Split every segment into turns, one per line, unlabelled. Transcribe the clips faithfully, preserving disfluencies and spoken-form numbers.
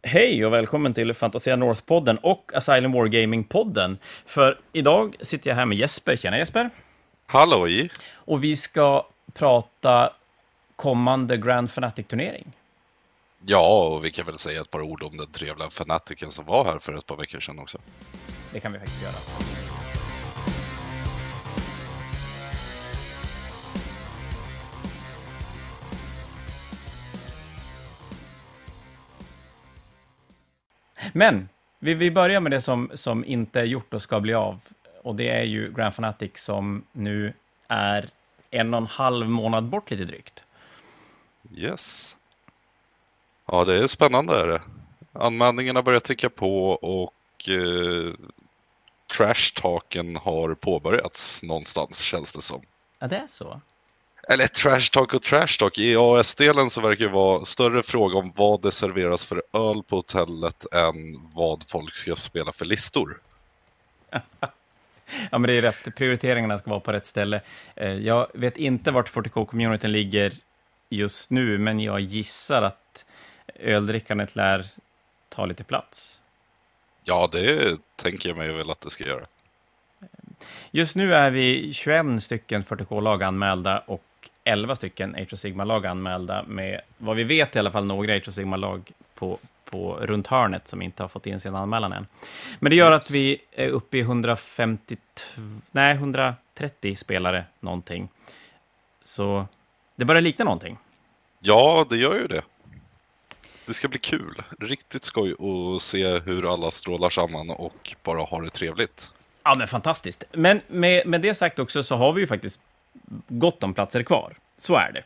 Hej och välkommen till Fantasia North-podden och Asylum Wargaming-podden. För idag sitter jag här med Jesper. Tjena Jesper.
Halloj!
Och vi ska prata kommande Grand Fanatic-turnering.
Ja, och vi kan väl säga ett par ord om den trevliga Fanaticen som var här för ett par veckor sedan också.
Det kan vi faktiskt göra. Men vi, vi börjar med det som, som inte är gjort och ska bli av. Och det är ju Grand Fanatic som nu är en och en halv månad bort lite drygt.
Yes. Ja, det är spännande. Är det. Anmälningarna börjar ticka på och eh, trash-talken har påbörjats någonstans, känns det som.
Ja, det är så.
Eller trash-talk och trash-talk. I A S-delen så verkar det vara större fråga om vad det serveras för öl på hotellet än vad folk ska spela för listor.
Ja, men det är rätt. Prioriteringarna ska vara på rätt ställe. Jag vet inte vart forty K-communityn ligger just nu, men jag gissar att öldrickandet lär ta lite plats.
Ja, det tänker jag mig väl att det ska göra.
Just nu är vi tjugoett stycken forty K-lag anmälda och elva stycken Age of Sigmar-lag anmälda med, vad vi vet i alla fall, några Age of Sigmar-lag på, på runt hörnet som inte har fått in sin anmälan än. Men det gör att vi är uppe i hundrafemtio, nej, hundratrettio spelare någonting. Så det börjar likna någonting.
Ja, det gör ju det. Det ska bli kul. Riktigt skoj att se hur alla strålar samman och bara har det trevligt.
Ja, men fantastiskt. Men med, med det sagt också så har vi ju faktiskt gott om platser kvar. Så är det.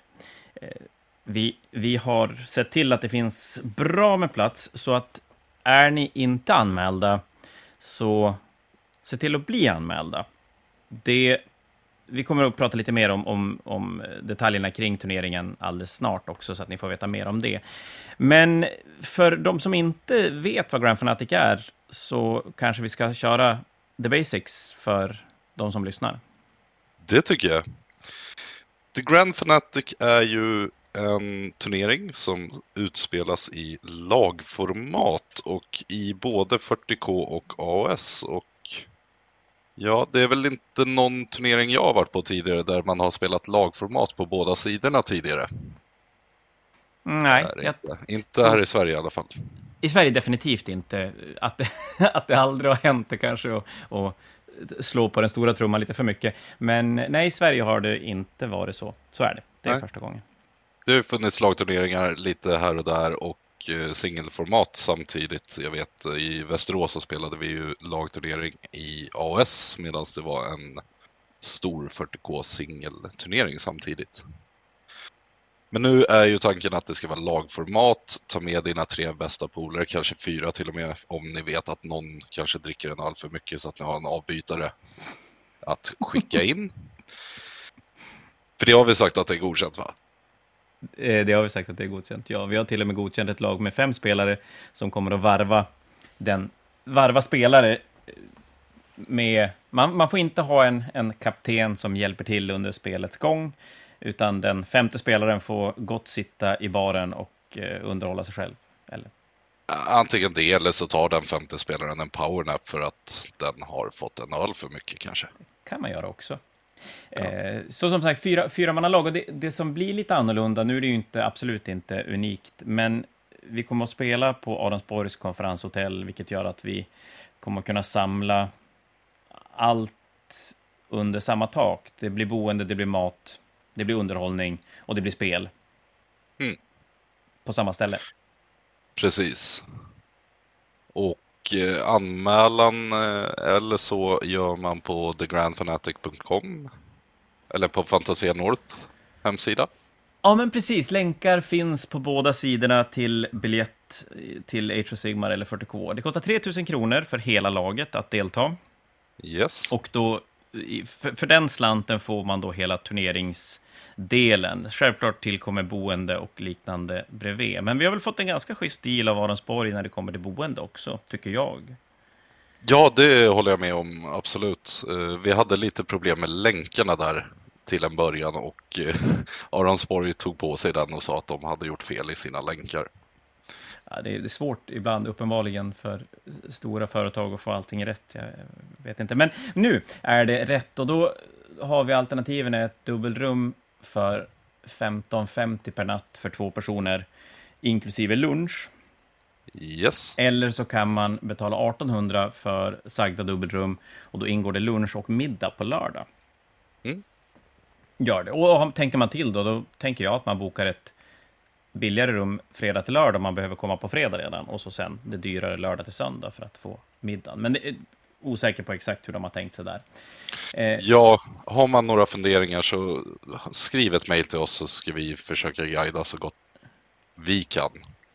Vi, vi har sett till att det finns bra med plats, så att är ni inte anmälda så se till att bli anmälda. Det, vi kommer att prata lite mer om, om, om detaljerna kring turneringen alldeles snart också, så att ni får veta mer om det. Men för de som inte vet vad Grand Fanatic är så kanske vi ska köra the basics för de som lyssnar.
Det tycker jag. The Grand Fanatic är ju en turnering som utspelas i lagformat och i både forty K och A S. Och ja, det är väl inte någon turnering jag har varit på tidigare där man har spelat lagformat på båda sidorna tidigare.
Nej.
Jag... Inte. inte här i Sverige i alla fall.
I Sverige definitivt inte. Att det, att det aldrig har hänt det kanske och, och slå på den stora trumman lite för mycket. Men nej, i Sverige har det inte varit så. Så är det. Det är nej. Första gången.
Det har funnits lagturneringar lite här och där och singelformat samtidigt. Jag vet, i Västerås så spelade vi ju lagturnering i A S medan det var en stor forty K singelturnering samtidigt. Men nu är ju tanken att det ska vara lagformat. Ta med dina tre bästa polare, kanske fyra till och med, om ni vet att någon kanske dricker en öl för mycket så att ni har en avbytare att skicka in. För det har vi sagt att det är godkänt, va?
Det har vi sagt att det är godkänt, ja. Vi har till och med godkänt ett lag med fem spelare som kommer att varva den varva spelare med... Man, man får inte ha en, en kapten som hjälper till under spelets gång, utan den femte spelaren får gott sitta i baren och eh, underhålla sig själv. Eller?
Antingen det, eller så tar den femte spelaren en powernap för att den har fått en öl för mycket kanske. Det
kan man göra också. Ja. Eh, så som sagt, fyra, fyra mannalag. Och det, det som blir lite annorlunda, nu är det ju inte, absolut inte unikt, men vi kommer att spela på Adamsborgs konferenshotell, vilket gör att vi kommer att kunna samla allt under samma tak. Det blir boende, det blir mat, det blir underhållning och det blir spel.
Mm.
På samma ställe.
Precis. Och eh, anmälan eh, eller så gör man på the grand fanatic dot com eller på Fantasia North hemsida.
Ja, men precis. Länkar finns på båda sidorna till biljett till Age of Sigmar eller forty K. Det kostar tre tusen kronor för hela laget att delta.
Yes.
Och då, för, för den slanten får man då hela turneringsdelen. Självklart tillkommer boende och liknande bredvid. Men vi har väl fått en ganska schysst deal av Adamsborg när det kommer till boende också, tycker jag.
Ja, det håller jag med om, absolut. Vi hade lite problem med länkarna där till en början och Adamsborg tog på sig den och sa att de hade gjort fel i sina länkar.
Ja, det är svårt ibland, uppenbarligen, för stora företag att få allting rätt. Jag vet inte. Men nu är det rätt, och då har vi alternativen: ett dubbelrum för femton femtio per natt för två personer, inklusive lunch.
Yes.
Eller så kan man betala arton hundra för sagda dubbelrum, och då ingår det lunch och middag på lördag.
Mm.
Gör det. Och tänker man till då, då tänker jag att man bokar ett billigare rum fredag till lördag, man behöver komma på fredag redan, och så sen det dyrare lördag till söndag för att få middagen. Men det är osäker på exakt hur de har tänkt sig där. Eh,
Ja, har man några funderingar så skriv ett mejl till oss, så ska vi försöka guida så gott vi kan.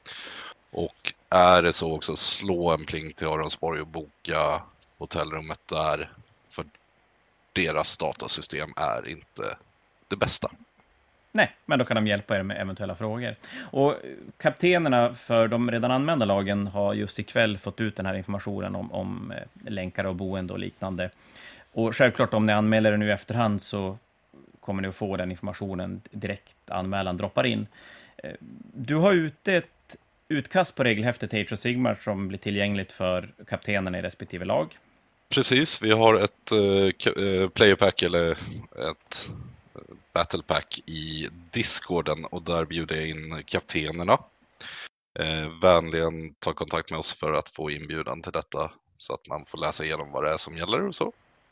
Och är det så också, slå en pling till Aronsborg och boka hotellrummet där, för deras datasystem är inte det bästa.
Nej, men då kan de hjälpa er med eventuella frågor. Och kaptenerna för de redan anmälda lagen har just ikväll fått ut den här informationen om, om länkar och boende och liknande. Och självklart, om ni anmäler er nu i efterhand, så kommer ni att få den informationen direkt anmälan droppar in. Du har ute ett utkast på regelhäftet Age of Sigmar som blir tillgängligt för kaptenerna i respektive lag.
Precis, vi har ett uh, playerpack eller ett battlepack i Discorden, och där bjuder jag in kaptenerna. Eh, vänligen ta kontakt med oss för att få inbjudan till detta, så att man får läsa igenom vad det är som gäller och så.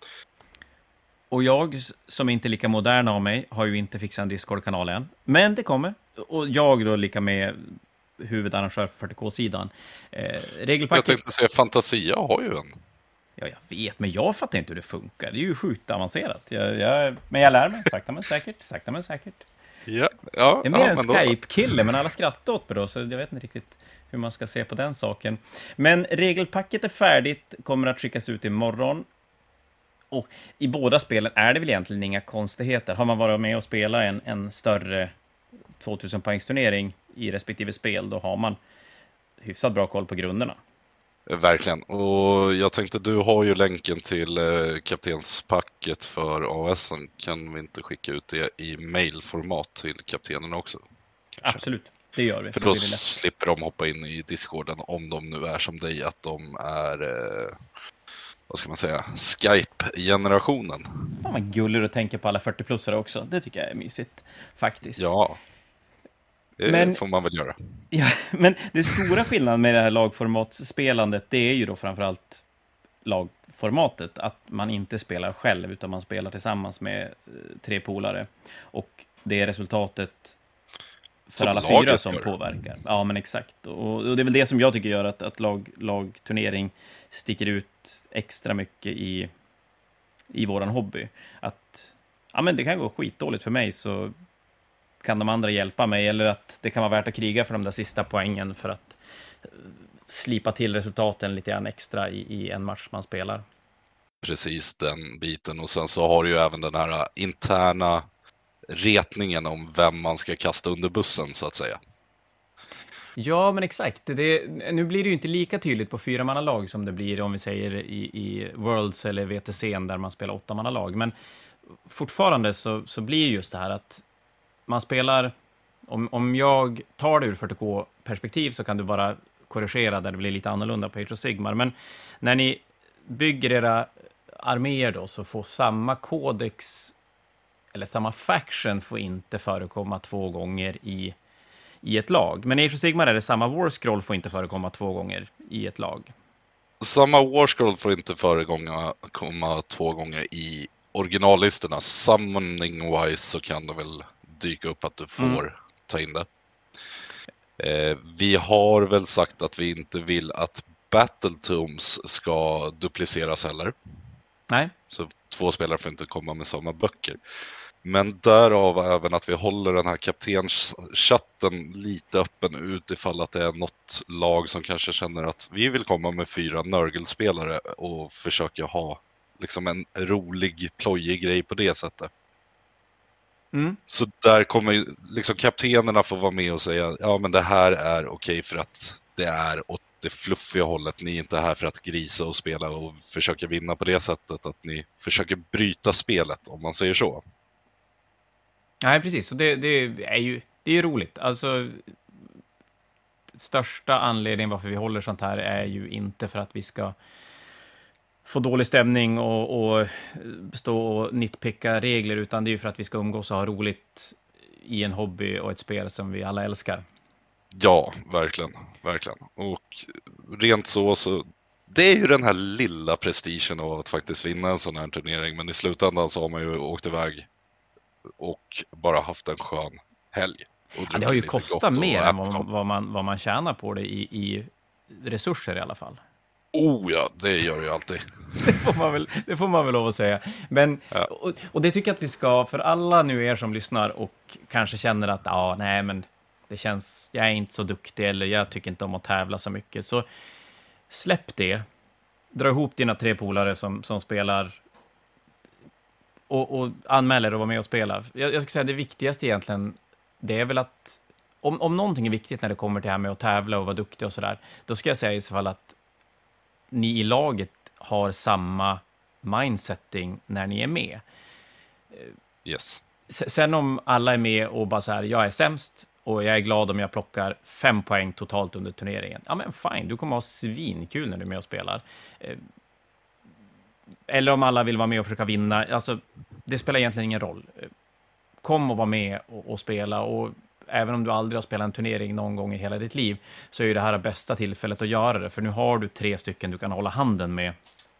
Och
jag, som inte är lika modern av mig, har ju inte fixat en Discord-kanal än. Men det kommer. Och jag då lika med huvudarrangör för fyrtio K-sidan. Eh, regelpacket...
Jag tänkte säga, Fantasia har ju en.
Ja, jag vet, men jag fattar inte hur det funkar. Det är ju sjukt avancerat. Jag, jag, men jag lär mig, sakta men säkert. Sakta men säkert.
Ja, ja,
jag är mer
ja,
en Skype-kille, men alla skrattar åt mig då, så jag vet inte riktigt hur man ska se på den saken. Men regelpacket är färdigt, kommer att skickas ut imorgon. Och i båda spelen är det väl egentligen inga konstigheter. Har man varit med och spelat en, en större tvåtusen poängsturnering i respektive spel, då har man hyfsat bra koll på grunderna.
Verkligen. Och jag tänkte, du har ju länken till eh, kaptenspacket för A S. Kan vi inte skicka ut det i mailformat till kaptenerna också?
Kanske? Absolut, det gör vi.
För då slipper de hoppa in i Discorden, om de nu är som dig, att de är, eh, vad ska man säga, Skype-generationen.
Ja, man gullar att tänka på alla fyrtio-plussare också. Det tycker jag är mysigt, faktiskt.
Ja. Det men, får man väl göra.
Ja, men det stora skillnaden med det här lagformatsspelandet, det är ju då framförallt lagformatet. Att man inte spelar själv, utan man spelar tillsammans med eh, tre polare. Och det är resultatet för som alla fyra som gör. Påverkar. Ja, men exakt. Och, och det är väl det som jag tycker gör att, att lag, lagturnering sticker ut extra mycket i, i våran hobby. Att ja, men det kan gå skitdåligt för mig, så kan de andra hjälpa mig, eller att det kan vara värt att kriga för de där sista poängen för att slipa till resultaten lite grann extra i, i en match man spelar.
Precis den biten, och sen så har du ju även den här interna retningen om vem man ska kasta under bussen, så att säga.
Ja, men exakt. Det, nu blir det ju inte lika tydligt på fyra mannalag som det blir om vi säger i, i Worlds eller V T C där man spelar åtta mannalag, men fortfarande så, så blir just det här att man spelar, om, om jag tar det ur fyrtio K-perspektiv, så kan du bara korrigera där det blir lite annorlunda på Age of Sigmar. Men när ni bygger era arméer då, så får samma kodex, eller samma faction, får inte förekomma två gånger i, i ett lag. Men i Age of Sigmar är det samma War Scroll får inte förekomma två gånger i ett lag.
Samma War Scroll får inte förekomma två gånger i originallistorna. Summoning-wise så kan det väl dyka upp att du får mm. ta in det. Eh, vi har väl sagt att vi inte vill att Battletomes ska dupliceras heller.
Nej.
Så två spelare får inte komma med samma böcker. Men därav även att vi håller den här kaptenschatten lite öppen utifall att det är något lag som kanske känner att vi vill komma med fyra nörgelspelare och försöka ha liksom en rolig, plojig grej på det sättet.
Mm.
Så där kommer liksom kaptenerna få vara med och säga, ja men det här är okej för att det är åt det fluffiga hållet. Ni är inte här för att grisa och spela och försöka vinna på det sättet, att ni försöker bryta spelet, om man säger så.
Nej, precis. Så det, det är ju det är ju roligt. Alltså, största anledningen varför vi håller sånt här är ju inte för att vi ska få dålig stämning och, och stå och nitpicka regler, utan det är ju för att vi ska umgås och ha roligt i en hobby och ett spel som vi alla älskar.
Ja, verkligen, verkligen. Och rent så, så det är ju den här lilla prestigen av att faktiskt vinna en sån här turnering, men i slutändan så har man ju åkt iväg och bara haft en skön helg. Och
Ja, det har ju kostat mer än vad,
gott.
vad, man, vad man tjänar på det i, i resurser i alla fall.
Oh ja, det gör det ju alltid.
Det får man väl, det får man väl lov att säga. Men,
Ja.
och, och det tycker jag att vi ska, för alla nu er som lyssnar och kanske känner att ja, nej, men det känns, jag är inte så duktig eller jag tycker inte om att tävla så mycket. Så släpp det. Dra ihop dina tre polare som, som spelar och, och anmäler och vara med och spela. Jag, jag skulle säga det viktigaste egentligen, det är väl att om, om någonting är viktigt när det kommer till det här med att tävla och vara duktig och sådär, då ska jag säga i så fall att ni i laget har samma mindsetting när ni är med.
Yes.
Sen om alla är med och bara så här, jag är sämst och jag är glad om jag plockar fem poäng totalt under turneringen. Ja, men fine, du kommer ha svinkul när du är med och spelar. Eller om alla vill vara med och försöka vinna, alltså det spelar egentligen ingen roll. Kom och var med och, och spela, och även om du aldrig har spelat en turnering någon gång i hela ditt liv, så är ju det här det bästa tillfället att göra det, för nu har du tre stycken du kan hålla handen med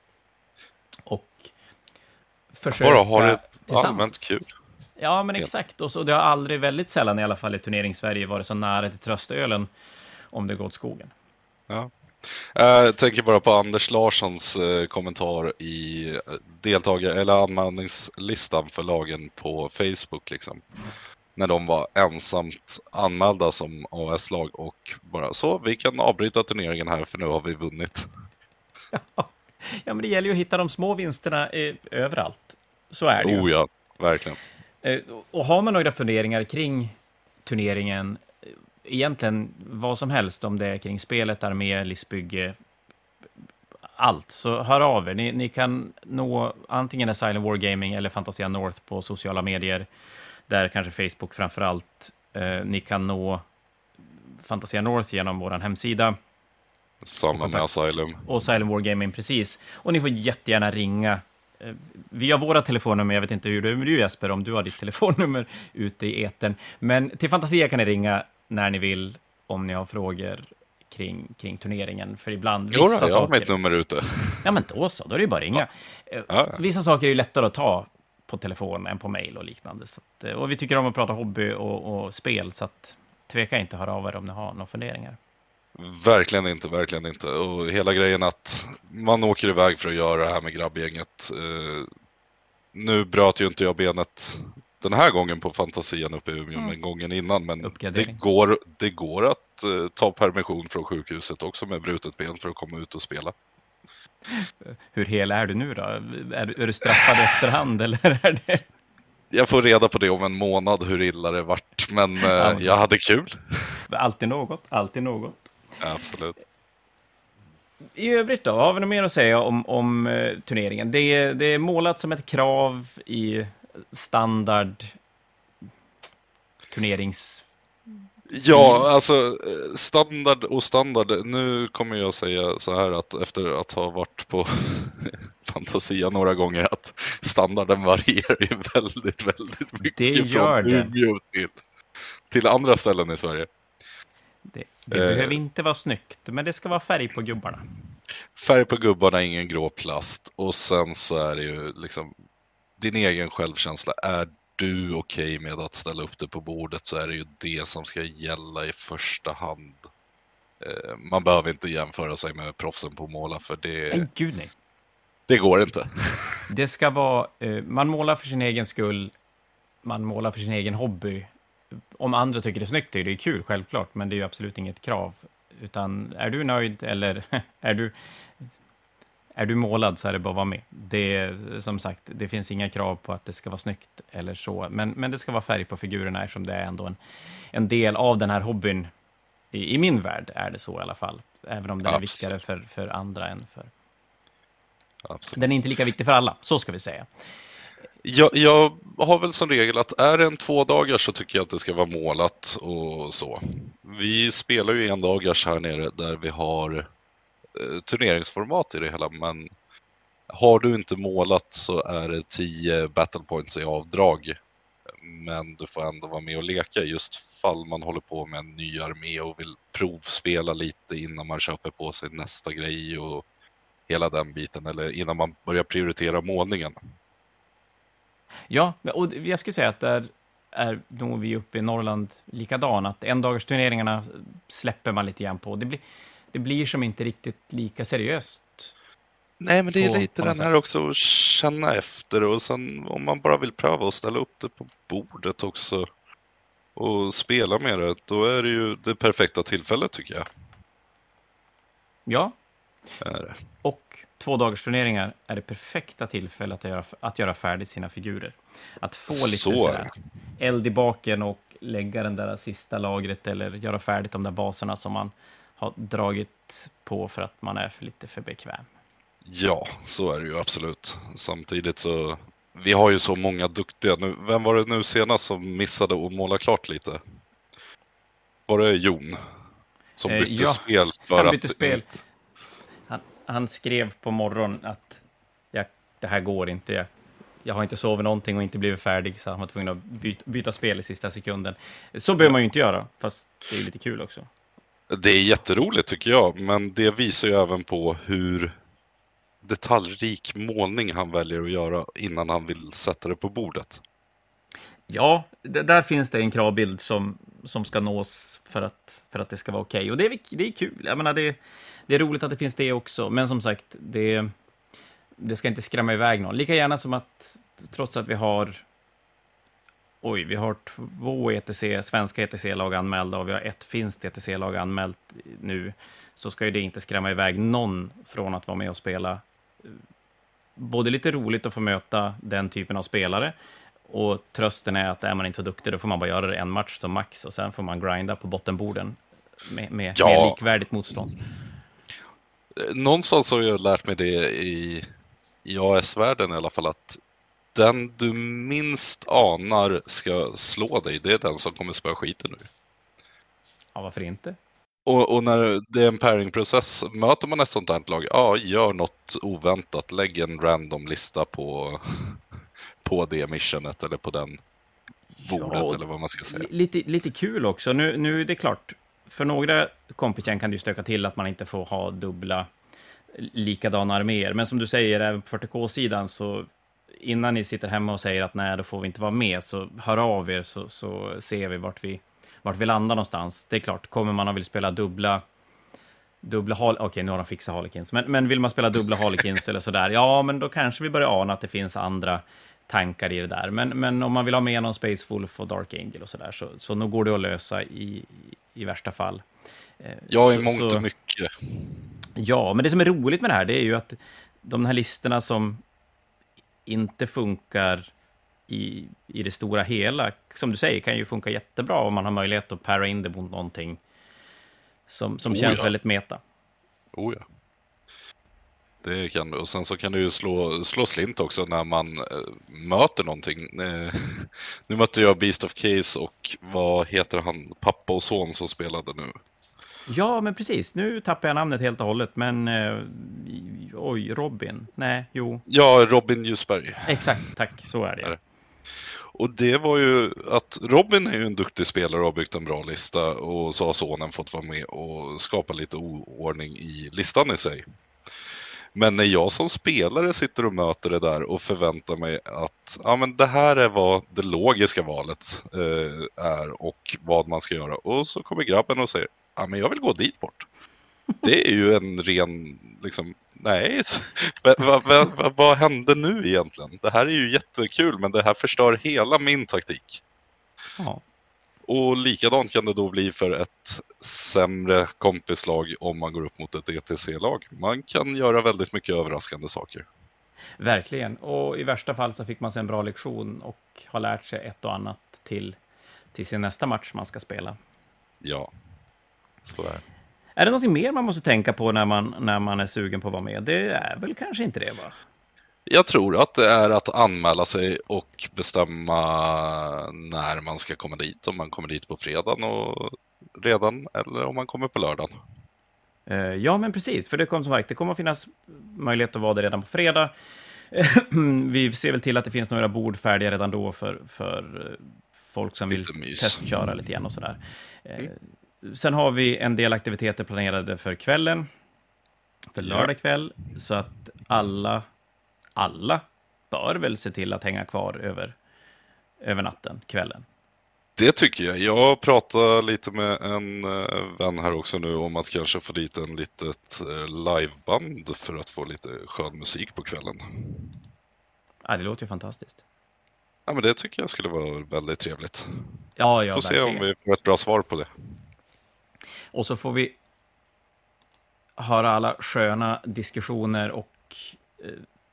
och försöka
Bara ha det
tillsammans.
allmänt kul.
Ja, men exakt. Och så det har aldrig, väldigt sällan i alla fall i turneringssverige, varit så nära till tröstölen om det går åt skogen.
Ja. Jag tänker bara på Anders Larssons kommentar i deltagare eller anmälningslistan för lagen på Facebook liksom. När de var ensamt anmälda som A S-lag och bara så, vi kan avbryta turneringen här för nu har vi vunnit.
Ja, men det gäller ju att hitta de små vinsterna eh, överallt. Så är det ju.
Oh ja, verkligen.
Eh, och har man några funderingar kring turneringen, egentligen vad som helst, om det är kring spelet, armé, listbygge, allt, så hör av er. Ni, ni kan nå antingen Asylum Wargaming eller Fantasia North på sociala medier, där kanske Facebook framförallt. Eh, ni kan nå Fantasia North genom vår hemsida.
Samma med Asylum.
Och Asylum Wargaming, precis. Och ni får jättegärna ringa. Eh, vi har våra telefonnummer, jag vet inte hur du är Jesper, om du har ditt telefonnummer ute i etern. Men till Fantasia kan ni ringa när ni vill, om ni har frågor kring, kring turneringen. För ibland, vissa
jo, jag
saker...
har mitt nummer ute.
Ja, men då så, då är det ju bara ringa. Ja. Ja, ja. Vissa saker är ju lättare att ta på telefon än på mejl och liknande. Så att, och vi tycker om att prata hobby och, och spel, så att tveka inte, höra av er om ni har några funderingar.
Verkligen inte, verkligen inte. Och hela grejen att man åker iväg för att göra det här med grabbgänget. Uh, nu bröt ju inte jag benet den här gången på Fantasian uppe i Umeå, mm. men gången innan. Men det går, det går att uh, ta permission från sjukhuset också med brutet ben för att komma ut och spela.
Hur hel är du nu då? Är, är du straffad i efterhand eller är det...
Jag får reda på det om en månad hur illa det vart, men uh, ja. jag hade kul.
Alltid något, alltid något.
Ja, absolut.
I övrigt då, har vi något mer att säga om, om uh, turneringen? Det är, det är målat som ett krav i standard turnerings...
Ja, alltså standard och standard. Nu kommer jag säga så här att efter att ha varit på Fantasia några gånger att standarden varierar ju väldigt, väldigt mycket
det gör
från Umeå till, till andra ställen i Sverige.
Det, det eh, behöver inte vara snyggt, men det ska vara färg på gubbarna.
Färg på gubbarna, ingen grå plast. Och sen så är det ju liksom din egen självkänsla. Är du okej med att ställa upp det på bordet, så är det ju det som ska gälla i första hand. Eh, man behöver inte jämföra sig med proffsen på att måla, för det,
nej, gud, nej.
det går inte.
Det ska vara, eh, man målar för sin egen skull, man målar för sin egen hobby. Om andra tycker det är snyggt, det är kul, självklart, men det är ju absolut inget krav. Utan är du nöjd eller är du, är du målad, så är det bara att vara med. Det, som sagt, det finns inga krav på att det ska vara snyggt eller så. Men, men det ska vara färg på figurerna, eftersom det är ändå en, en del av den här hobbyn. I, I min värld är det så i alla fall. Även om den är viktigare för, för andra än för...
Absolut.
Den är inte lika viktig för alla, så ska vi säga.
Jag, jag har väl som regel att är det en två dagar så tycker jag att det ska vara målat och så. Vi spelar ju en dagars här nere där vi har eh, turneringsformat i det hela, men har du inte målat så är det tio battle points i avdrag. Men du får ändå vara med och leka just fall man håller på med en ny armé och vill provspela lite innan man köper på sig nästa grej och hela den biten, eller innan man börjar prioritera målningen.
Ja, och jag skulle säga att där är nog vi uppe i Norrland likadan, att en dagars turneringarna släpper man lite grann på. Det blir, det blir som inte riktigt lika seriöst.
Nej, men det är
på,
lite
på
den här också att känna efter och sen om man bara vill pröva och ställa upp det på bordet också och spela med det, då är det ju det perfekta tillfället tycker jag.
Ja,
Är det.
och två dagars turneringar är det perfekta tillfället att göra, att göra färdigt sina figurer. Att få lite
Så
sådär eld i baken och lägga den där sista lagret eller göra färdigt de där baserna som man har dragit på för att man är för lite för bekväm.
Ja, så är det ju absolut. Samtidigt så, vi har ju så många duktiga nu. Vem var det nu senast som missade att måla klart lite? Var det Jon? Som
Eh,
bytte
ja,
spel för
han
att...
bytte spel. Han, han skrev på morgonen att jag, det här går inte. Jag, jag har inte sovit någonting och inte blivit färdig, så han var tvungen att byta, byta spel i sista sekunden. Så behöver man ju inte göra, fast det är lite kul också.
Det är jätteroligt tycker jag, men det visar ju även på hur detaljrik målning han väljer att göra innan han vill sätta det på bordet.
Ja, det, där finns det en kravbild som, som ska nås för att, för att det ska vara okej. Okay. Och det är, det är kul. Jag menar, det, det är roligt att det finns det också. Men som sagt, det, det ska inte skrämma iväg någon. Lika gärna som att, trots att vi har... Oj, vi har två E T C, svenska E T C-lag anmälda och vi har ett finskt E T C-lag anmält nu, så ska ju det inte skrämma iväg någon från att vara med och spela. Både lite roligt att få möta den typen av spelare, och trösten är att är man inte så duktig, då får man bara göra det en match som max, och sen får man grinda på bottenborden med, med,
Ja.
med likvärdigt motstånd.
Någonstans har jag lärt mig det i, i A S-världen i alla fall, att den du minst anar ska slå dig, det är den som kommer spöa skiten nu.
Ja, varför inte?
Och, och när det är en pairing-process, möter man ett sånt här lag, ja, gör något oväntat, lägg en random lista på, på det missionet eller på den bordet,
Ja,
eller vad man ska säga.
Lite, lite kul också. Nu, nu är det klart, för några kompisar kan det ju stöka till att man inte får ha dubbla likadana arméer. Men som du säger, även på fyrtio K-sidan, så innan ni sitter hemma och säger att nej, då får vi inte vara med, så hör av er, så, så ser vi vart vi vart vi landar någonstans. Det är klart, kommer man att vilja spela dubbla dubbla hal... Okej, okay, nu har de fixat Harlequins. Men, men vill man spela dubbla Harlequins eller sådär, ja, men då kanske vi börjar ana att det finns andra tankar i det där. Men, men om man vill ha med någon Space Wolf och Dark Angel och sådär, så, så nog går det att lösa i, i värsta fall.
Ja, i
så,
mångt
så,
och mycket.
Ja, men det som är roligt med det här, det är ju att de här listorna som inte funkar i, i det stora hela, som du säger, kan ju funka jättebra om man har möjlighet att para in det mot någonting som, som
oh,
känns
ja.
väldigt meta.
Oh ja. Det kan du. Och sen så kan du ju slå, slå slint också när man äh, möter någonting. Eh, nu mötte jag Beast of Case och vad heter han? Pappa och son som spelade nu.
Ja, men precis. Nu tappar jag namnet helt och hållet, men eh, oj, Robin. Nej, jo.
Ja, Robin Ljusberg.
Exakt, tack. Så är det.
Är det. Och det var ju att Robin är ju en duktig spelare och har byggt en bra lista, och så har sonen fått vara med och skapa lite oordning i listan i sig. Men när jag som spelare sitter och möter det där och förväntar mig att ja, men det här är vad det logiska valet eh, är och vad man ska göra. Och så kommer grabben och säger, ja men jag vill gå dit bort. Det är ju en ren, liksom, nej, vad va, va, va, va hände nu egentligen? Det här är ju jättekul, men det här förstör hela min taktik.
Ja.
Och likadant kan det då bli för ett sämre kompislag om man går upp mot ett E T C-lag. Man kan göra väldigt mycket överraskande saker.
Verkligen. Och i värsta fall så fick man sig en bra lektion och har lärt sig ett och annat till, till sin nästa match man ska spela.
Ja, så är det.
Är det något mer man måste tänka på när man, när man är sugen på att vara med? Det är väl kanske inte det, va?
Jag tror att det är att anmäla sig och bestämma när man ska komma dit. Om man kommer dit på fredagen och redan eller om man kommer på lördagen.
Uh, ja, men precis. För det kommer som sagt, det kommer att finnas möjlighet att vara där redan på fredag. Vi ser väl till att det finns några bord färdiga redan då för, för folk som
Lite
vill
mys.
testköra lite grann och sådär.
Mm.
Uh, sen har vi en del aktiviteter planerade för kvällen. För lördag kväll. Så att alla, alla bör väl se till att hänga kvar över, över natten, kvällen.
Det tycker jag. Jag pratar lite med en vän här också nu om att kanske få dit en litet liveband för att få lite skön musik på kvällen.
Ja, det låter ju fantastiskt.
Ja, men det tycker jag skulle vara väldigt trevligt.
Ja, ja,
får
verkligen.
se om vi får ett bra svar på det.
Och så får vi höra alla sköna diskussioner och eh,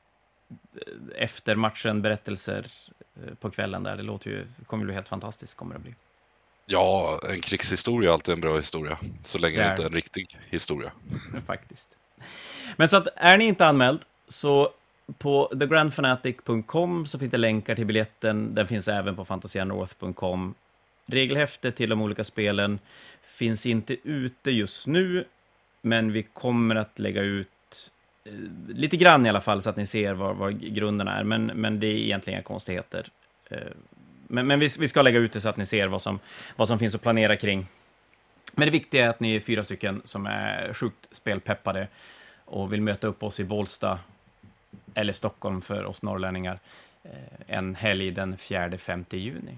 efter matchen berättelser eh, på kvällen där. Det låter ju, det kommer bli helt fantastiskt, kommer det bli.
Ja, en krigshistoria är alltid en bra historia. Så länge det, det inte är en riktig historia.
Faktiskt. Men så att är ni inte anmäld så på the grand fanatic punkt com så finns det länkar till biljetten. Den finns även på fantasia north punkt com. Regelhäftet till de olika spelen finns inte ute just nu, men vi kommer att lägga ut eh, lite grann i alla fall så att ni ser vad, vad grunden är. Men, men det är egentligen inga konstigheter. Eh, men men vi, vi ska lägga ut det så att ni ser vad som, vad som finns att planera kring. Men det viktiga är att ni är fyra stycken som är sjukt spelpeppade och vill möta upp oss i Bålsta eller Stockholm för oss norrlänningar eh, en helg den fjärde femte juni.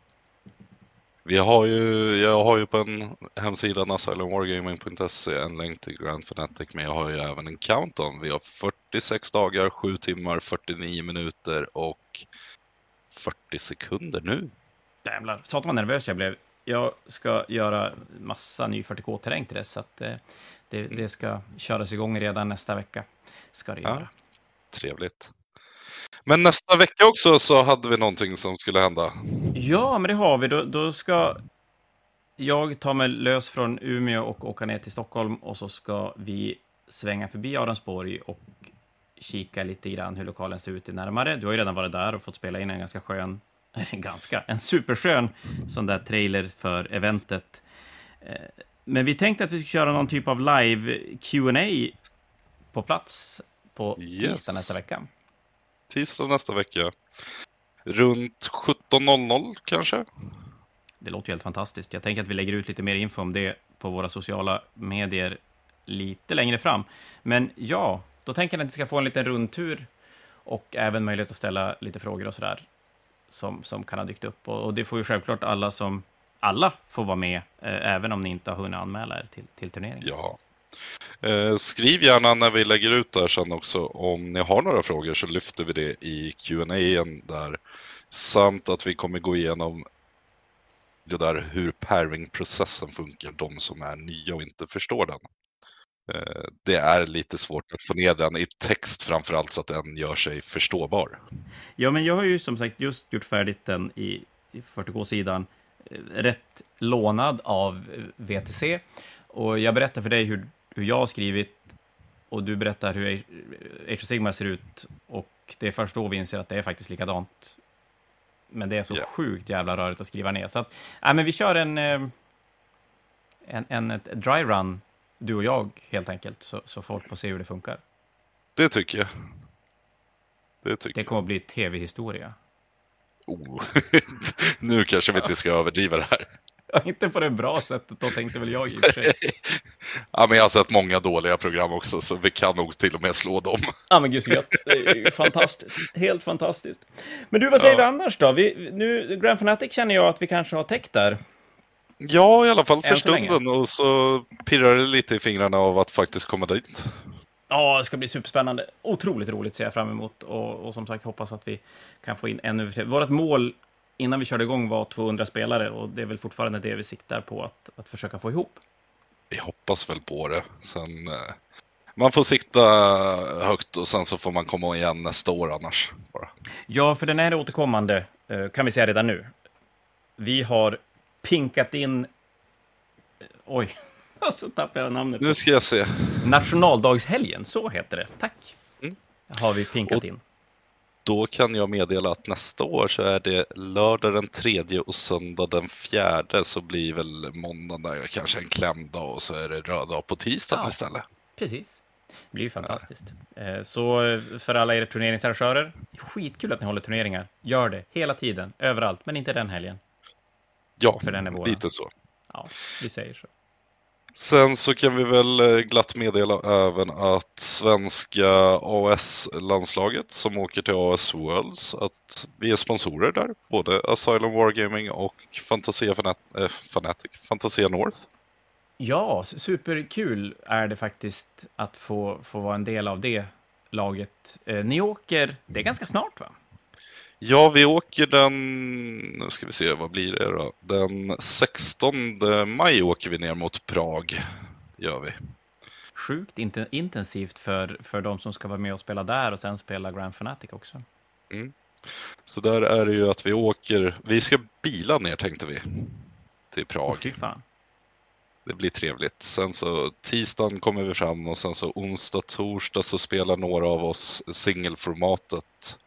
Vi har ju, jag har ju på en hemsida, asylum wargaming punkt se, en länk till Grand Fanatic, men jag har ju även en countdown. Vi har fyrtiosex dagar, sju timmar, fyrtionio minuter och fyrtio sekunder nu.
Jävlar, satan vad nervös jag blev. Jag ska göra massa ny fyrtio K-terräng till dess, så att eh, det,
Mm.
det ska köras igång redan nästa vecka. Ska det göra.
Ja, trevligt. Men nästa vecka också så hade vi någonting som skulle hända.
Ja, men det har vi. Då, då ska jag ta mig lös från Umeå och åka ner till Stockholm, och så ska vi svänga förbi Adamsborg och kika lite grann hur lokalen ser ut i närmare. Du har ju redan varit där och fått spela in en ganska skön, en ganska, en superskön sån där trailer för eventet. Men vi tänkte att vi skulle köra någon typ av live Q and A på plats på
Yes.
tisdag nästa vecka.
Tisdag nästa vecka. Runt sjutton noll noll kanske?
Det låter ju helt fantastiskt. Jag tänker att vi lägger ut lite mer info om det på våra sociala medier lite längre fram. Men ja, då tänker jag att ni ska få en liten rundtur och även möjlighet att ställa lite frågor och sådär som, som kan ha dykt upp. Och, och det får ju självklart alla som alla får vara med, eh, även om ni inte har hunnit anmäla er till, till turneringen.
Ja. Eh, skriv gärna när vi lägger ut där sen också. Om ni har några frågor så lyfter vi det i Q and A där. Samt att vi kommer gå igenom det där hur pairing-processen funkar, de som är nya och inte förstår den. Eh, det är lite svårt att få ner den i text framförallt så att den gör sig förståbar.
Ja, men jag har ju som sagt just gjort färdigt den i, i fyrtio K-sidan, eh, rätt lånad av eh, V T C. Och jag berättar för dig hur, hur jag har skrivit, och du berättar hur Age of Sigmar ser ut, och det är först då vi inser att det är faktiskt likadant. Men det är så
Yeah.
sjukt jävla rörigt att skriva ner. Så att, ja, men vi kör en, eh, en, en ett dry run, du och jag helt enkelt, så, så folk får se hur det funkar.
Det tycker jag. Det tycker
Det kommer att bli tv-historia.
jag. Oh. Nu kanske vi inte ska överdriva det här.
Ja, inte på det bra sättet, då tänkte väl jag i och för sig.
Ja, men jag har sett många dåliga program också, så vi kan nog till och med slå dem.
Ja, men gud så gött. Det är ju fantastiskt. Helt fantastiskt. Men du, vad säger
Ja.
vi annars då? Vi, nu, Grand Fanatic känner jag att vi kanske har täckt där.
Ja, i alla fall för
Än så länge.
stunden. Och så pirrar det lite i fingrarna av att faktiskt komma dit.
Ja, det ska bli superspännande. Otroligt roligt ser jag fram emot. Och, och som sagt, hoppas att vi kan få in ännu fler. Vårt mål innan vi körde igång var tvåhundra spelare, och det är väl fortfarande det vi siktar på att, att försöka få ihop.
Vi hoppas väl på det. Sen, eh, man får sikta högt och sen så får man komma igen nästa år annars. Bara.
Ja, för den är återkommande, eh, kan vi säga redan nu. Vi har pinkat in... Oj, så tappade jag namnet.
Nu ska jag se.
Nationaldagshelgen, så heter det. Tack.
Mm.
Har vi pinkat
Och-
in.
då kan jag meddela att nästa år så är det lördag den tredje och söndag den fjärde, så blir väl måndagen där kanske en klämdag och så är det röd dag på tisdagen
Ja.
istället.
Precis. Det blir ju fantastiskt. Eh, Så för alla er turneringsarrangörer, skitkul att ni håller turneringar. Gör det hela tiden, överallt, men inte den helgen.
Ja,
För den är våran.
lite så.
Ja, vi säger så.
Sen så kan vi väl eh, glatt meddela även att svenska A S-landslaget som åker till A S Worlds, att vi är sponsorer där. Både Asylum Wargaming och Fantasia Fanat- äh, Fanatic, Fantasia North.
Ja, superkul är det faktiskt att få, få vara en del av det laget. Eh, ni åker, det är ganska snart va?
Ja, vi åker den, nu ska vi se, vad blir det då? Den sextonde maj åker vi ner mot Prag, gör vi.
Sjukt inte, intensivt för, för de som ska vara med och spela där och sen spela Grand Fanatic också.
Mm. Så där är det ju att vi åker, vi ska bila ner tänkte vi, till Prag.
Åh, fy fan.
Det blir trevligt. Sen så tisdagen kommer vi fram och sen så onsdag, torsdag så spelar några av oss singelformatet.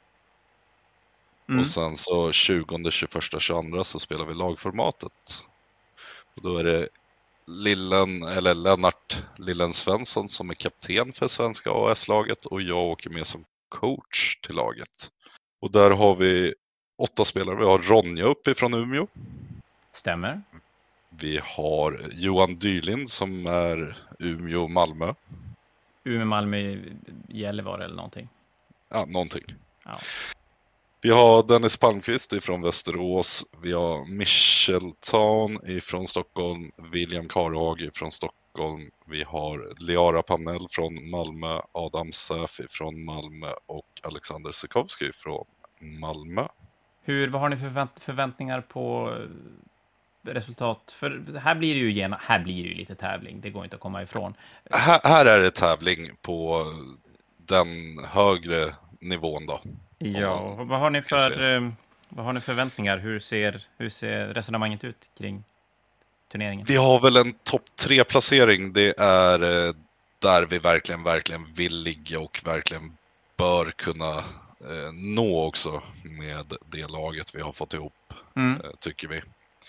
Mm.
Och sen så tjugonde, tjugoförsta, tjugoandra så spelar vi lagformatet. Och då är det Lillen, eller Lennart Lillen Svensson som är kapten för svenska A S-laget och jag åker med som coach till laget. Och där har vi åtta spelare. Vi har Ronja uppifrån Umeå.
Stämmer.
Vi har Johan Dyrlind som är Umeå och Malmö.
Umeå, Malmö, Gällivare eller någonting.
Ja, någonting.
Ja.
Vi har Dennis Palmqvist ifrån Västerås. Vi har Michel Tan ifrån Stockholm. William Karhag ifrån Stockholm. Vi har Liara Panell från Malmö. Adam Säf ifrån Malmö. Och Alexander Sikowski från Malmö.
Hur, vad har ni för förvänt- förväntningar på resultat? För här blir det ju gena, här blir det ju lite tävling. Det går inte att komma ifrån.
Här, här är det tävling på den högre nivån då.
Ja, och vad har ni för eh, vad har ni förväntningar? Hur ser, hur ser resonemanget ut kring turneringen?
Vi har väl en topp tre placering. Det är eh, där vi verkligen, verkligen vill ligga och verkligen bör kunna eh, nå också med det laget vi har fått ihop,
Mm.
eh, tycker vi.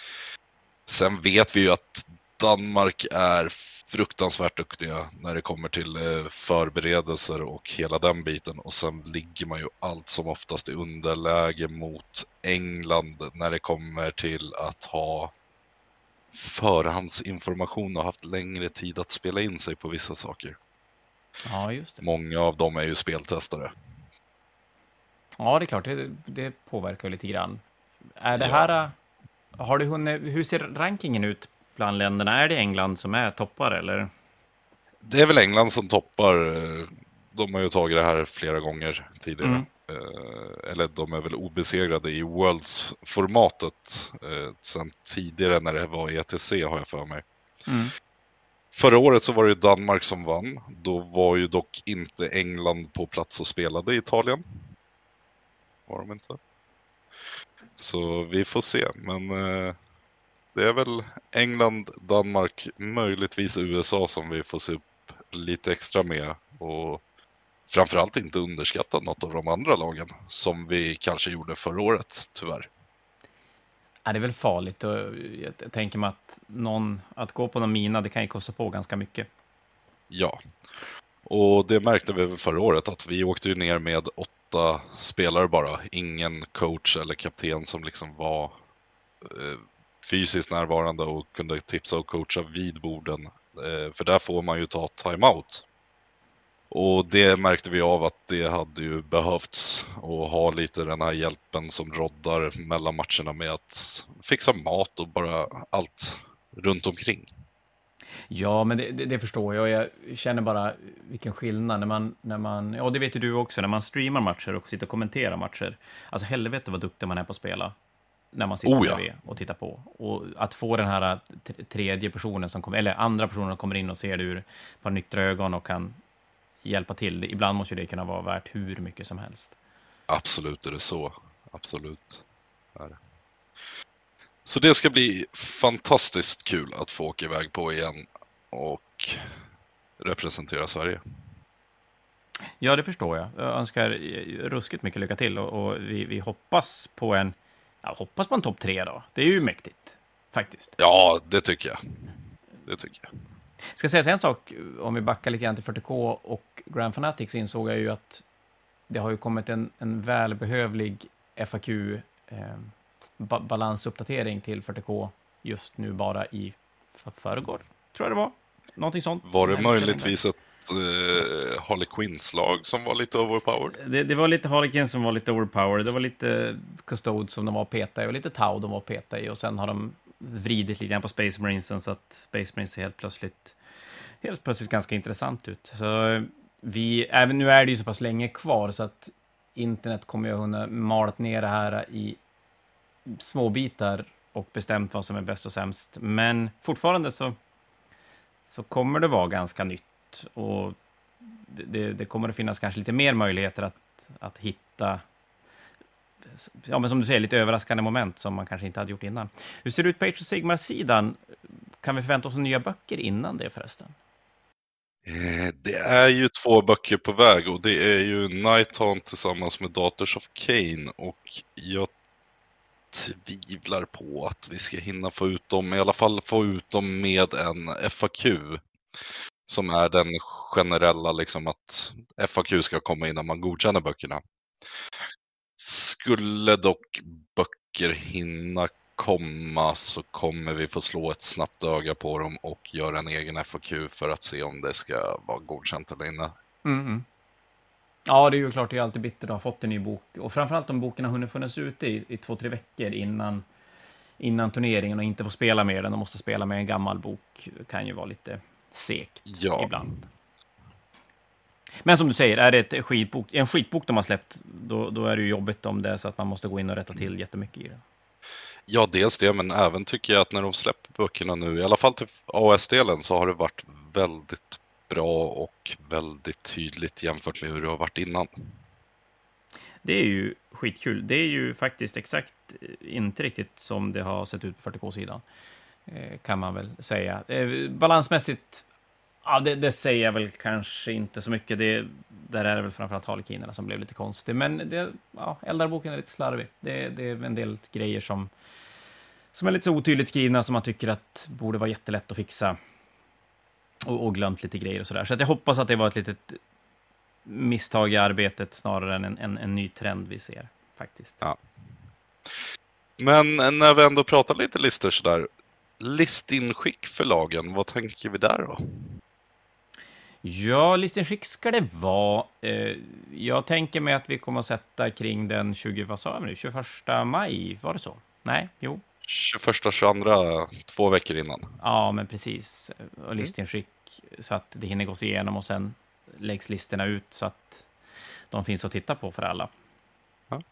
Sen vet vi ju att Danmark är fruktansvärt duktiga när det kommer till eh, förberedelser och hela den biten. Och sen ligger man ju allt som oftast i underläge mot England när det kommer till att ha förhandsinformation och haft längre tid att spela in sig på vissa saker.
Ja, just det.
Många av dem är ju speltestare.
Ja, det är klart. Det, det påverkar lite grann. Är det
Ja.
här... Har du hunnit, hur ser rankingen ut bland länderna? Är det England som är toppar, eller?
Det är väl England som toppar. De har ju tagit det här flera gånger tidigare.
Mm.
Eller de är väl obesegrade i Worlds-formatet sen tidigare när det var E T C, har jag för mig.
Mm.
Förra året så var det Danmark som vann. Då var ju dock inte England på plats och spelade i Italien. Var de inte? Så vi får se. Men eh, det är väl England, Danmark, möjligtvis U S A som vi får se upp lite extra med. Och framförallt inte underskatta något av de andra lagen som vi kanske gjorde förra året, tyvärr.
Ja, det är väl farligt. Och jag tänker mig att, någon, att gå på någon mina, det kan ju kosta på ganska mycket.
Ja, och det märkte vi förra året att vi åkte ju ner med åtta spelare bara. Ingen coach eller kapten som liksom var eh, fysiskt närvarande och kunde tipsa och coacha vid borden. Eh, för där får man ju ta timeout. Och det märkte vi av att det hade ju behövts och ha lite den här hjälpen som roddar mellan matcherna med att fixa mat och bara allt runt omkring.
Ja, men det, det, det förstår jag. Jag känner bara vilken skillnad när man, när man... Ja, det vet ju du också. När man streamar matcher och sitter och kommenterar matcher. Alltså helvete vad duktig man är på att spela. När man sitter
Oh, ja.
bredvid och tittar på. Och att få den här t- tredje personen som kommer... Eller andra personen som kommer in och ser det ur ett par nyktra ögon och kan hjälpa till. Ibland måste det kunna vara värt hur mycket som helst.
Absolut är det så. Absolut är det. Så det ska bli fantastiskt kul att få åka iväg på igen och representera Sverige.
Ja, det förstår jag. Jag önskar ruskigt mycket lycka till och, och vi, vi hoppas på en ja, hoppas på en topp tre då. Det är ju mäktigt, faktiskt.
Ja, det tycker jag. Det tycker jag.
Ska jag säga en sak, om vi backar lite grann till fyrtio K och Grand Fanatics, så insåg jag ju att det har ju kommit en, en välbehövlig F A Q eh, ba- balansuppdatering till fyrtio K just nu bara i för- förrgår, tror jag det var. Någonting sånt.
Var det möjligtvis ett uh, Harley Quinn-slag som var lite overpowered?
Det, det var lite Harley Quinn som var lite overpowered. Det var lite Custode som de var peta i och lite Tau de var peta i. Och sen har de vridit lite grann på Space Marinesen så att Space Marines ser helt plötsligt, helt plötsligt ganska intressant ut. Så vi, även nu är det ju så pass länge kvar så att internet kommer ju att kunna malat ner det här i små bitar och bestämt vad som är bäst och sämst. Men fortfarande så, så kommer det vara ganska nytt och det, det, det kommer att finnas kanske lite mer möjligheter att, att hitta, ja, men som du säger, lite överraskande moment som man kanske inte hade gjort innan. Hur ser det ut på Age of Sigmar-sidan? Kan vi förvänta oss nya böcker innan det förresten?
Det är ju två böcker på väg och det är ju Nighthaunt tillsammans med Daughters of Cain och jag tvivlar på att vi ska hinna få ut dem, i alla fall få ut dem med en F A Q som är den generella, liksom att F A Q ska komma innan man godkänner böckerna. Skulle dock böcker hinna komma så kommer vi få slå ett snabbt öga på dem och göra en egen F A Q för att se om det ska vara godkänt eller inte.
Mm-hmm. Ja, det är ju klart, det är alltid bittert att ha fått en ny bok. Och framförallt om boken har hunnit funnits ute i, i två, tre veckor innan, innan turneringen och inte får spela med den och måste spela med en gammal bok kan ju vara lite segt
ja.
ibland. Men som du säger, är det ett skitbok, en skitbok de har släppt, då, då är det ju jobbigt om det är så att man måste gå in och rätta till jättemycket i den.
Ja, dels det, men även tycker jag att när de släpper böckerna nu, i alla fall till A S-delen, så har det varit väldigt bra och väldigt tydligt jämfört med hur det har varit innan.
Det är ju skitkul. Det är ju faktiskt exakt inte riktigt som det har sett ut på fyrtio K-sidan, kan man väl säga. Balansmässigt, ja, det, det säger jag väl kanske inte så mycket. Det, där är det väl framförallt harlekinerna som blev lite konstigt. Men det, ja, Eldarboken är lite slarvig. Det, det är en del grejer som, som är lite så otydligt skrivna som man tycker att borde vara jättelätt att fixa. Och, och glömt lite grejer och sådär. Så att jag hoppas att det var ett litet misstag i arbetet snarare än en, en, en ny trend vi ser, faktiskt.
Ja. Men när vi ändå pratar lite listor sådär, listinskick för lagen, vad tänker vi där då?
Ja, listinskick ska det vara. Eh, jag tänker mig att vi kommer att sätta kring den tjugo, vad sa jag nu? tjugoförsta maj, var det så? Nej, jo.
tjugoförsta, tjugoandra, två veckor innan.
Ja, men precis. Och listinskick så att det hinner gås igenom och sen läggs listorna ut så att de finns att titta på för alla.
Ja.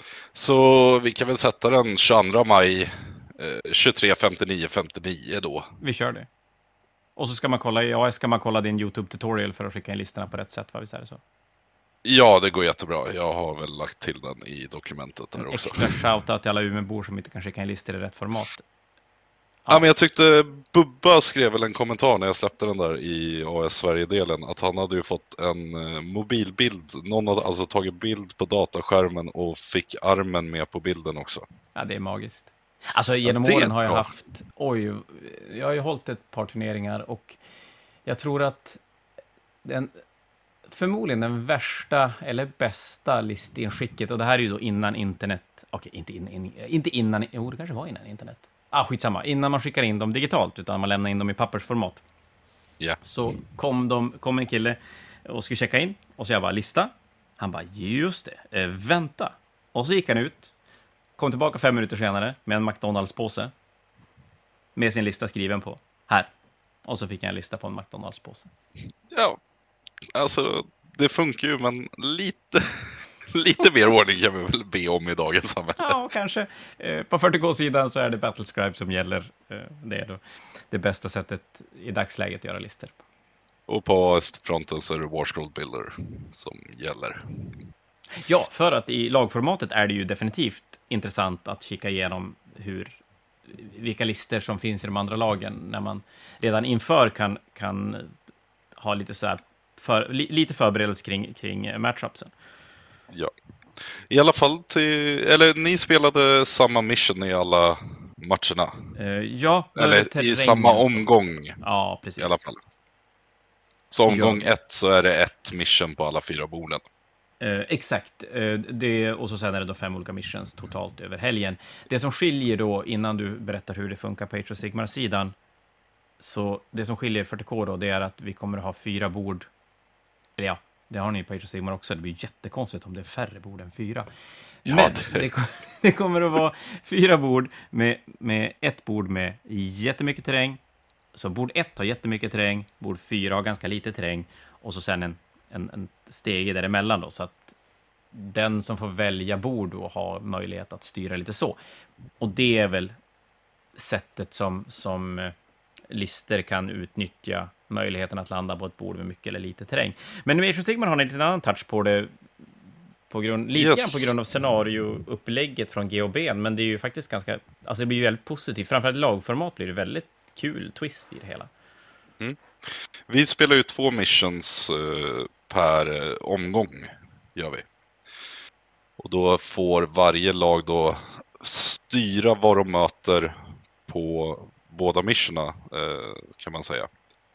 Så vi kan väl sätta den tjugoandra maj, eh, tjugotre femtionio femtionio då.
Vi kör det. Och så ska man kolla, ja, ska man kolla din YouTube-tutorial för att skicka in listorna på rätt sätt, vad vi säger så.
Ja, det går jättebra. Jag har väl lagt till den i dokumentet här också.
Extra shoutout till alla Umeåbor som inte kan skicka in listor i rätt format.
Ja. Ja, men jag tyckte Bubba skrev väl en kommentar när jag släppte den där i A S Sverige-delen att han hade ju fått en eh, mobilbild. Någon hade alltså tagit bild på dataskärmen och fick armen med på bilden också.
Ja, det är magiskt. Alltså genom
ja,
åren har jag
bra.
haft, oj, jag har ju hållit ett par turneringar och jag tror att den, förmodligen den värsta eller bästa listinskicket, och det här är ju då innan internet, okej, inte, in, in, inte innan, jo det kanske var innan internet. Ah, skitsamma, innan man skickar in dem digitalt, utan man lämnar in dem i pappersformat.
Yeah.
Så kom, de, kom en kille och skulle checka in, och så jag bara, lista. Han bara, just det, eh, vänta. Och så gick han ut, kom tillbaka fem minuter senare med en McDonalds-påse med sin lista skriven på. Här. Och så fick jag en lista på en McDonalds-påse.
Ja, alltså det funkar ju, men lite, lite mer ordning kan vi väl be om i dagens samhälle.
Ja, kanske. Eh, på fyrtio K-sidan så är det Battlescribe som gäller. Eh, det är då det bästa sättet i dagsläget att göra listor.
Och på fronten så är det Warscroll Builder som gäller.
Ja, för att i lagformatet är det ju definitivt intressant att kika igenom hur, vilka listor som finns i de andra lagen när man redan inför kan, kan ha lite så här för, li, lite förberedelse kring, kring matchupsen.
Ja. I alla fall till, eller ni spelade samma mission i alla matcherna.
Uh, ja,
eller i samma omgång.
Ja, precis.
I alla fall. Så omgång ja. ett så är det ett mission på alla fyra borden.
Uh, exakt. Uh, det, och så sen är det då fem olika missions totalt över helgen. Det som skiljer då, innan du berättar hur det funkar på Age of Sigmar-sidan, så det som skiljer fyrtio K då, det är att vi kommer att ha fyra bord. Eller ja, det har ni på Age of Sigmar också. Det blir jättekonstigt om det är färre bord än fyra.
Ja,
Men
det...
Det, det kommer att vara fyra bord med, med ett bord med jättemycket terräng. Så bord ett har jättemycket terräng, bord fyra har ganska lite terräng, och så sen en, en, en stege däremellan då, så att den som får välja bord då har möjlighet att styra lite så. Och det är väl sättet som, som lister kan utnyttja möjligheten att landa på ett bord med mycket eller lite terräng. Men i Age of Sigmar har ni en liten annan touch på det, på grund, lite
yes.
grann på grund av scenarioupplägget från G O B, men det är ju faktiskt ganska, alltså det blir ju väldigt positivt. Framförallt i lagformat blir det väldigt kul twist i det hela.
Mm. Vi spelar ju två missions uh, per uh, omgång, gör vi. Och då får varje lag då styra vad de möter på båda missionerna, uh, kan man säga.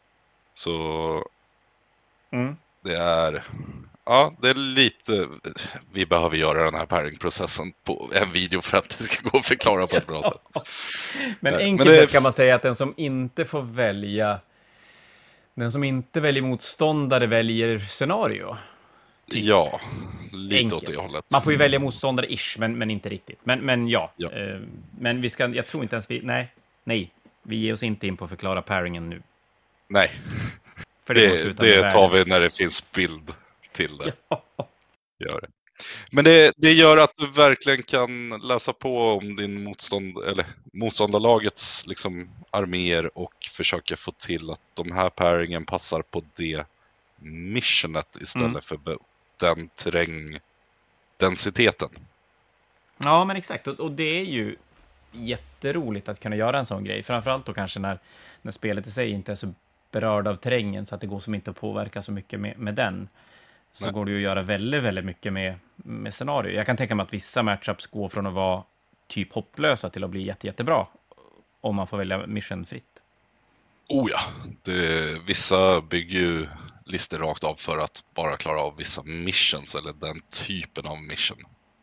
Så
mm.
det är... Ja, det är lite... Vi behöver göra den här pairing-processen på en video för att det ska gå att förklara på ett bra sätt.
Men enkelt sett kan man säga att den som inte får välja... Den som inte väljer motståndare väljer scenario.
Typ. Ja, lite enkelt. Åt det hållet.
Man får ju välja motståndare-ish, men, men inte riktigt. Men, men ja,
ja.
Eh, men vi ska... Jag tror inte ens vi... Nej, nej. Vi ger oss inte in på att förklara pairingen nu.
Nej,
För
det, det, det tar vi när det finns bild till det. Ja. Gör det. Men det, det gör att du verkligen kan läsa på om din motstånd, eller motståndarlagets liksom arméer och försöka få till att de här pairingen passar på det missionet istället mm. för den terrängdensiteten.
Ja, men exakt. Och, och det är ju jätteroligt att kunna göra en sån grej. Framförallt då kanske när, när spelet i sig inte är så berörd av terrängen, så att det går som inte att påverka så mycket med, med den. Så Nej. Går det ju att göra väldigt, väldigt mycket med, med scenario. Jag kan tänka mig att vissa matchups går från att vara typ hopplösa till att bli jätte, jättebra om man får välja mission fritt.
Oh ja, det, vissa bygger ju listor rakt av för att bara klara av vissa missions eller den typen av mission.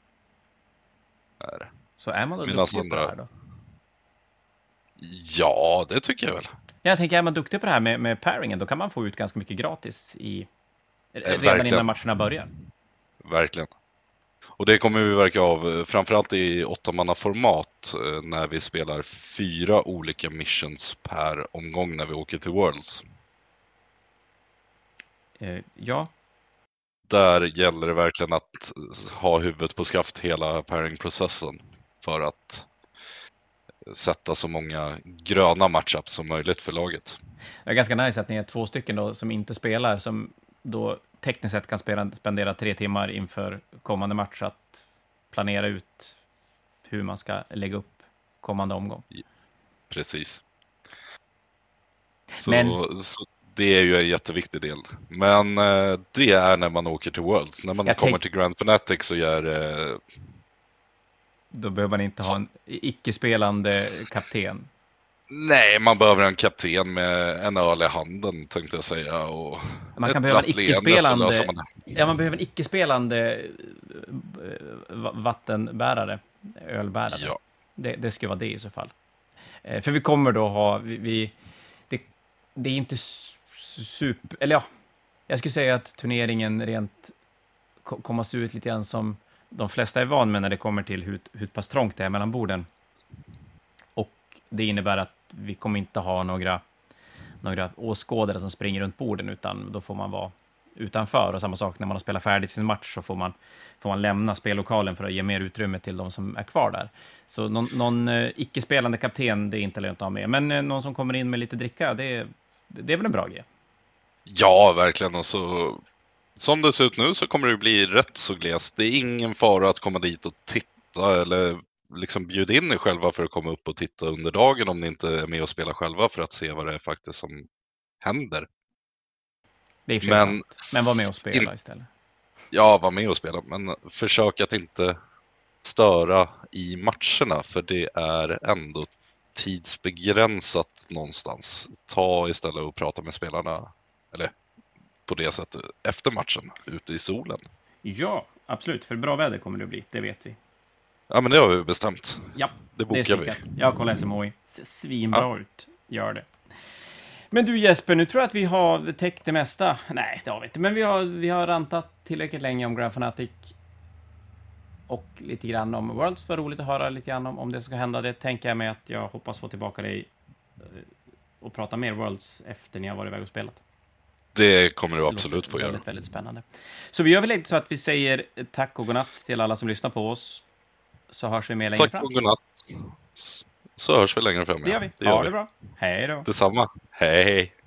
Är.
Så är man då Mina duktig andra... på det här då?
Ja, det tycker jag väl.
Jag tänker, är man duktig på det här med, med pairingen, då kan man få ut ganska mycket gratis i, redan
Verkligen.
Innan matcherna börjar.
Verkligen. Och det kommer vi verka av, framförallt i åttamannaformat, när vi spelar fyra olika missions per omgång när vi åker till Worlds.
Eh, ja.
Där gäller det verkligen att ha huvudet på skaft hela pairing-processen för att sätta så många gröna matchups som möjligt för laget.
Det är ganska nice att ni är två stycken då som inte spelar, som då tekniskt sett kan spela, spendera tre timmar inför kommande match att planera ut hur man ska lägga upp kommande omgång.
Precis. Så,
Men,
så det är ju en jätteviktig del. Men eh, det är när man åker till Worlds. När man kommer tänk... till Grand Fnatic så gör det... Eh...
Då behöver man inte så. ha en icke-spelande kapten.
Nej, man behöver en kapten med en öl i handen, tänkte jag säga. Och
man kan behöva en icke-spelande... Man... Ja, man behöver en icke-spelande vattenbärare, ölbärare.
Ja.
Det, det skulle vara det i så fall. För vi kommer då ha... Vi, vi, det, det är inte super... Eller ja, jag skulle säga att turneringen rent kommer att se ut lite grann som de flesta är van med när det kommer till hur, hur pass trångt det är mellan borden. Och det innebär att vi kommer inte ha några, några åskådare som springer runt borden, utan då får man vara utanför. Och samma sak när man har spelat färdigt sin match, så får man, får man lämna spellokalen för att ge mer utrymme till de som är kvar där. Så någon, någon eh, icke-spelande kapten, det är inte lönt att ha med. Men eh, någon som kommer in med lite dricka, det, det är väl en bra grej.
Ja, verkligen. Och så, som det ser ut nu så kommer det bli rätt så glest. Det är ingen fara att komma dit och titta eller liksom bjuda in er själva för att komma upp och titta under dagen om ni inte är med och spelar själva, för att se vad det är faktiskt som händer.
Det är men,
men,
men var med och spela
in,
istället.
Ja, var med och spela, men försök att inte störa i matcherna, för det är ändå tidsbegränsat någonstans. Ta istället och prata med spelarna, eller på det sättet, efter matchen, ute i solen.
Ja, absolut, för bra väder kommer det bli, det vet vi.
Ja, men det har vi bestämt.
Ja,
det bokar vi.
Jag kollar S M H I. Svinbra ja. ut, gör det. Men du Jesper, nu tror jag att vi har täckt det mesta. Nej, det har vi inte, men vi har, vi har rantat tillräckligt länge om Grand Fanatic och lite grann om Worlds. Var roligt att höra lite grann om, om det som ska hända. Det tänker jag med att jag hoppas få tillbaka dig och prata mer Worlds efter ni har varit iväg och spelat.
Det kommer du absolut få göra.
Väldigt, väldigt spännande. Så vi gör väl inte så att vi säger tack och godnatt till alla som lyssnar på oss. Så hörs vi med längre
tack
fram.
Tack och godnatt. Så hörs vi längre fram.
Det gör vi.
Det gör
ha
vi.
det bra. Hej då.
Detsamma. Hej, hej.